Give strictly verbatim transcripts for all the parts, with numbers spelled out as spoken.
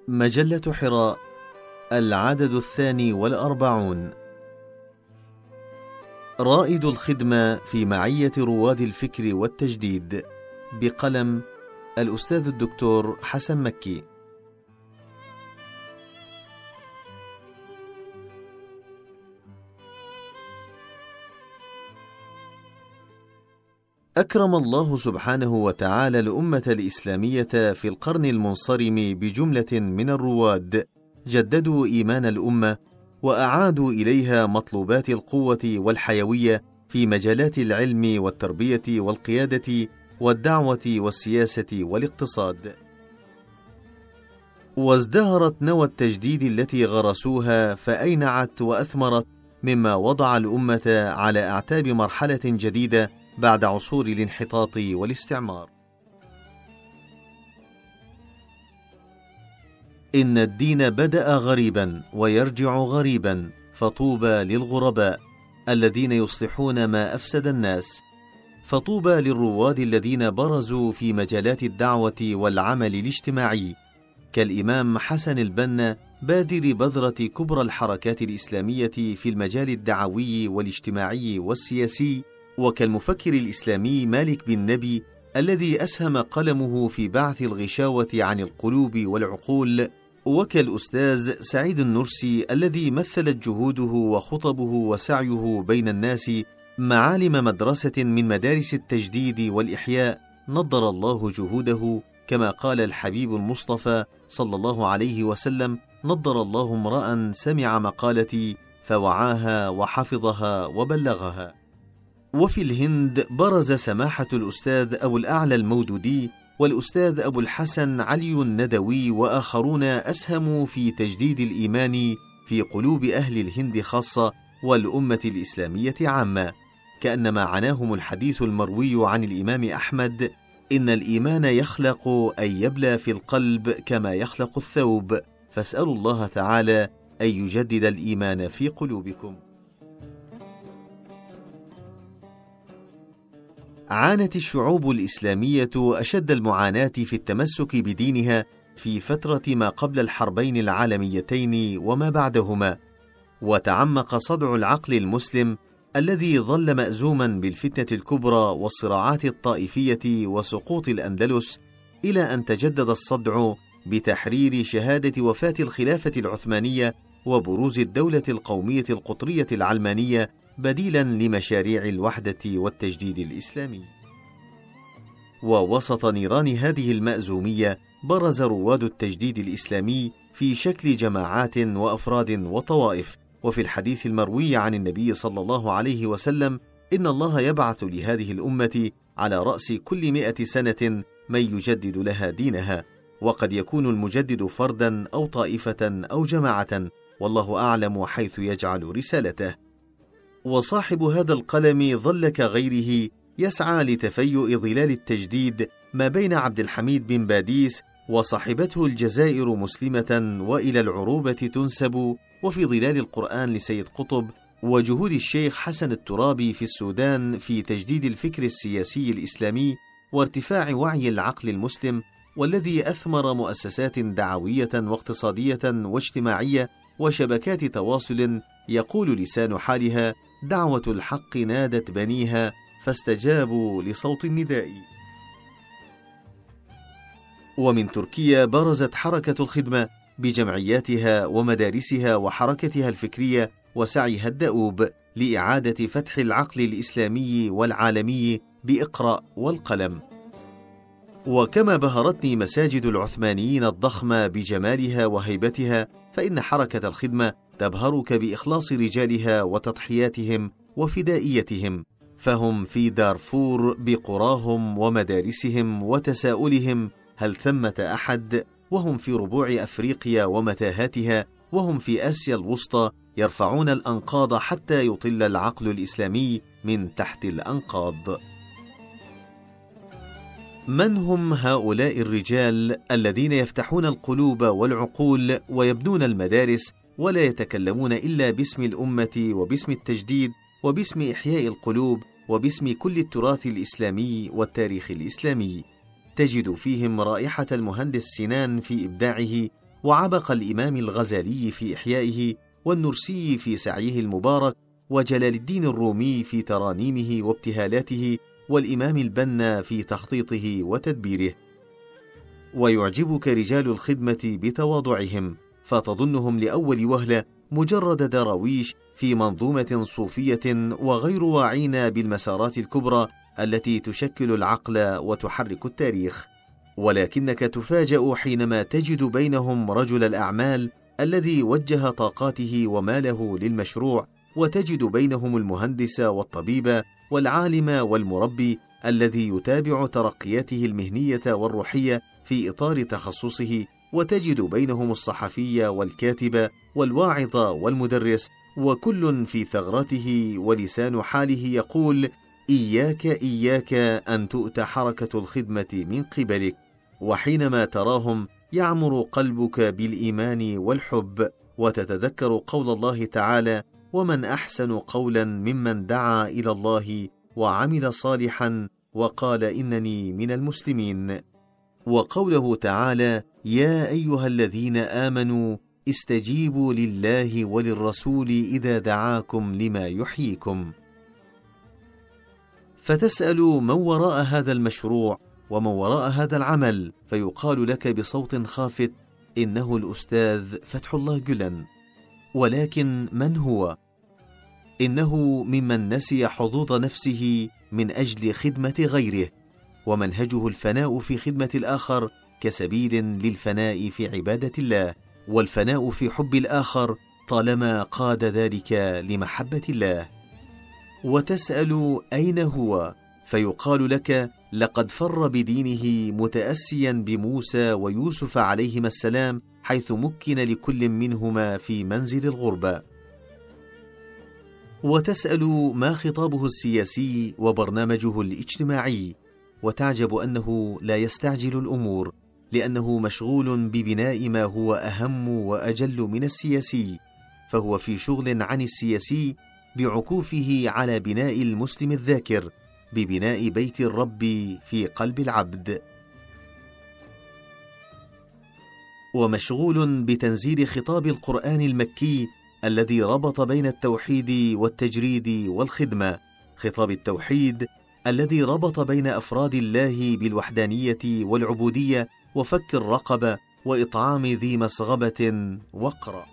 مجلة حراء، العدد الثاني والأربعون. رائد الخدمة في معية رواد الفكر والتجديد، بقلم الأستاذ الدكتور حسن مكي. أكرم الله سبحانه وتعالى الأمة الإسلامية في القرن المنصرم بجملة من الرواد جددوا إيمان الأمة وأعادوا إليها مطلوبات القوة والحيوية في مجالات العلم والتربية والقيادة والدعوة والسياسة والاقتصاد. وازدهرت نوى التجديد التي غرسوها فأينعت وأثمرت، مما وضع الأمة على أعتاب مرحلة جديدة بعد عصور الانحطاط والاستعمار. إن الدين بدأ غريبا ويرجع غريبا، فطوبى للغرباء الذين يصلحون ما أفسد الناس، فطوبى للرواد الذين برزوا في مجالات الدعوة والعمل الاجتماعي، كالإمام حسن البنا بادر بذرة كبرى الحركات الإسلامية في المجال الدعوي والاجتماعي والسياسي، وكالمفكر الإسلامي مالك بن نبي الذي أسهم قلمه في بعث الغشاوة عن القلوب والعقول، وكالأستاذ سعيد النرسي الذي مثلت جهوده وخطبه وسعيه بين الناس معالم مدرسة من مدارس التجديد والإحياء، نضر الله جهوده، كما قال الحبيب المصطفى صلى الله عليه وسلم: نضر الله امرأ سمع مقالتي فوعاها وحفظها وبلغها. وفي الهند برز سماحة الأستاذ أبو الأعلى المودودي والأستاذ أبو الحسن علي الندوي وآخرون أسهموا في تجديد الإيمان في قلوب أهل الهند خاصة والأمة الإسلامية عامة، كأنما عناهم الحديث المروي عن الإمام أحمد: إن الإيمان يخلق أن يبلى في القلب كما يخلق الثوب، فاسألوا الله تعالى أن يجدد الإيمان في قلوبكم. عانت الشعوب الإسلامية أشد المعاناة في التمسك بدينها في فترة ما قبل الحربين العالميتين وما بعدهما، وتعمق صدع العقل المسلم الذي ظل مأزوما بالفتنة الكبرى والصراعات الطائفية وسقوط الأندلس، إلى أن تجدد الصدع بتحرير شهادة وفاة الخلافة العثمانية وبروز الدولة القومية القطرية العلمانية بديلا لمشاريع الوحدة والتجديد الإسلامي. ووسط نيران هذه المأزومية برز رواد التجديد الإسلامي في شكل جماعات وأفراد وطوائف. وفي الحديث المروي عن النبي صلى الله عليه وسلم: إن الله يبعث لهذه الأمة على رأس كل مئة سنة من يجدد لها دينها، وقد يكون المجدد فردا أو طائفة أو جماعة، والله أعلم حيث يجعل رسالته. وصاحب هذا القلم ظل كغيره يسعى لتفيؤ ظلال التجديد ما بين عبد الحميد بن باديس وصاحبته الجزائر مسلمة وإلى العروبة تنسب، وفي ظلال القرآن لسيد قطب، وجهود الشيخ حسن الترابي في السودان في تجديد الفكر السياسي الإسلامي وارتفاع وعي العقل المسلم، والذي أثمر مؤسسات دعوية واقتصادية واجتماعية وشبكات تواصل يقول لسان حالها: دعوة الحق نادت بنيها فاستجابوا لصوت النداء. ومن تركيا برزت حركة الخدمة بجمعياتها ومدارسها وحركتها الفكرية وسعيها الدؤوب لإعادة فتح العقل الإسلامي والعالمي بإقرأ والقلم. وكما بهرتني مساجد العثمانيين الضخمة بجمالها وهيبتها، فإن حركة الخدمة تبهرك بإخلاص رجالها وتضحياتهم وفدائيتهم، فهم في دارفور بقراهم ومدارسهم وتساؤلهم: هل ثمة أحد؟ وهم في ربوع أفريقيا ومتاهاتها، وهم في آسيا الوسطى يرفعون الأنقاض حتى يطل العقل الإسلامي من تحت الأنقاض. من هم هؤلاء الرجال الذين يفتحون القلوب والعقول ويبنون المدارس ولا يتكلمون إلا باسم الأمة وباسم التجديد وباسم إحياء القلوب وباسم كل التراث الإسلامي والتاريخ الإسلامي؟ تجد فيهم رائحة المهندس سنان في إبداعه، وعبق الإمام الغزالي في إحيائه، والنرسي في سعيه المبارك، وجلال الدين الرومي في ترانيمه وابتهالاته، والإمام البنا في تخطيطه وتدبيره. ويعجبك رجال الخدمة بتواضعهم، فتظنهم لأول وهلة مجرد دراويش في منظومة صوفية، وغير واعين بالمسارات الكبرى التي تشكل العقل وتحرك التاريخ. ولكنك تفاجأ حينما تجد بينهم رجل الأعمال الذي وجه طاقاته وماله للمشروع، وتجد بينهم المهندس والطبيب والعالم والمربي الذي يتابع ترقياته المهنية والروحية في إطار تخصصه، وتجد بينهم الصحفي والكاتب والواعظ والمدرس، وكل في ثغرته ولسان حاله يقول: إياك إياك أن تؤتى حركة الخدمة من قبلك. وحينما تراهم يعمر قلبك بالإيمان والحب، وتتذكر قول الله تعالى: ومن أحسن قولا ممن دعا إلى الله وعمل صالحا وقال إنني من المسلمين. وقوله تعالى: يا أيها الذين آمنوا استجيبوا لله وللرسول إذا دعاكم لما يحييكم. فتسأل من وراء هذا المشروع ومن وراء هذا العمل، فيقال لك بصوت خافت: إنه الأستاذ فتح الله جلن. ولكن من هو؟ إنه ممن نسي حظوظ نفسه من أجل خدمة غيره، ومنهجه الفناء في خدمة الآخر كسبيل للفناء في عبادة الله، والفناء في حب الآخر طالما قاد ذلك لمحبة الله. وتسأل أين هو؟ فيقال لك: لقد فر بدينه متأسيا بموسى ويوسف عليهما السلام، حيث مكن لكل منهما في منزل الغربة. وتسأل ما خطابه السياسي وبرنامجه الاجتماعي، وتعجب أنه لا يستعجل الأمور، لأنه مشغول ببناء ما هو أهم وأجل من السياسي، فهو في شغل عن السياسي بعكوفه على بناء المسلم الذاكر، ببناء بيت الرب في قلب العبد. ومشغول بتنزيل خطاب القرآن المكي الذي ربط بين التوحيد والتجريد والخدمة، خطاب التوحيد الذي ربط بين أفراد الله بالوحدانية والعبودية وفك الرقبة وإطعام ذي مسغبة وقرأ.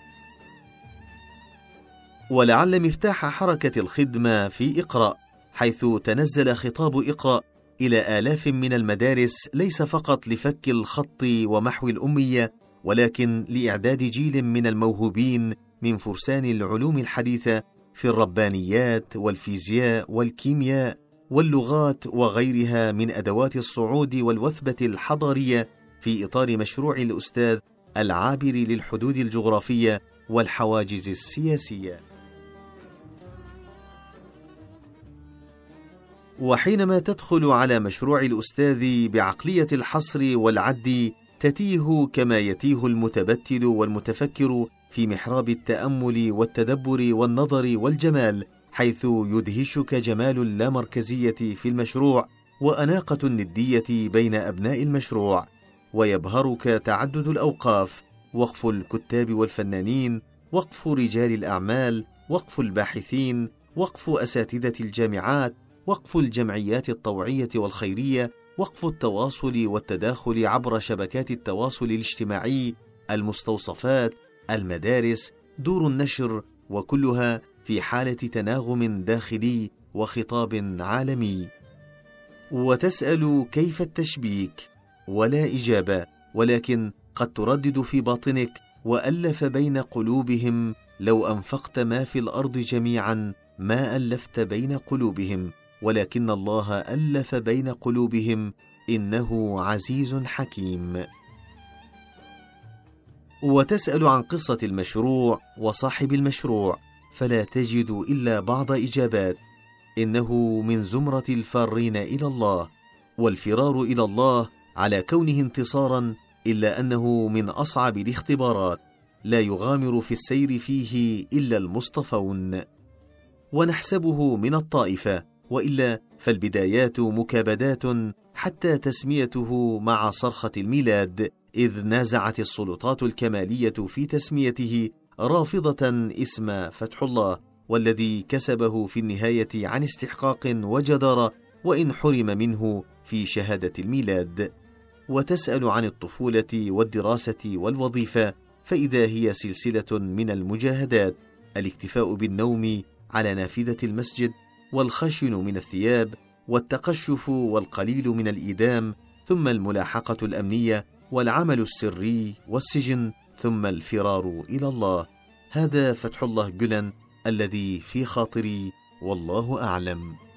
ولعل مفتاح حركة الخدمة في اقرأ، حيث تنزل خطاب اقرأ إلى آلاف من المدارس، ليس فقط لفك الخط ومحو الأمية، ولكن لإعداد جيل من الموهوبين من فرسان العلوم الحديثة في الربانيات والفيزياء والكيمياء واللغات وغيرها من أدوات الصعود والوثبة الحضارية، في إطار مشروع الأستاذ العابر للحدود الجغرافية والحواجز السياسية. وحينما تدخل على مشروع الأستاذ بعقلية الحصر والعد، تتيه كما يتيه المتبتل والمتفكر في محراب التأمل والتدبر والنظر والجمال، حيث يدهشك جمال اللامركزية في المشروع وأناقة الندية بين أبناء المشروع، ويبهرك تعدد الأوقاف: وقف الكتاب والفنانين، وقف رجال الأعمال، وقف الباحثين، وقف أساتذة الجامعات، وقف الجمعيات الطوعية والخيرية، وقف التواصل والتداخل عبر شبكات التواصل الاجتماعي، المستوصفات، المدارس، دور النشر، وكلها في حالة تناغم داخلي وخطاب عالمي. وتسأل كيف التشبيك؟ ولا إجابة، ولكن قد تردد في باطنك: وألف بين قلوبهم، لو أنفقت ما في الأرض جميعا ما ألفت بين قلوبهم، ولكن الله ألف بين قلوبهم، إنه عزيز حكيم. وتسأل عن قصة المشروع وصاحب المشروع، فلا تجد إلا بعض إجابات: إنه من زمرة الفارين إلى الله، والفرار إلى الله على كونه انتصارا، إلا أنه من أصعب الاختبارات، لا يغامر في السير فيه إلا المصطفون. ونحسبه من الطائفة، وإلا فالبدايات مكابدات، حتى تسميته مع صرخة الميلاد: إذ نازعت السلطات الكمالية في تسميته رافضة اسم فتح الله، والذي كسبه في النهاية عن استحقاق وجدارة، وإن حرم منه في شهادة الميلاد. وتسأل عن الطفولة والدراسة والوظيفة، فإذا هي سلسلة من المجاهدات: الاكتفاء بالنوم على نافذة المسجد، والخشن من الثياب، والتقشف، والقليل من الإيدام، ثم الملاحقة الأمنية، والعمل السري، والسجن، ثم الفرار إلى الله. هذا فتح الله جولان الذي في خاطري، والله أعلم.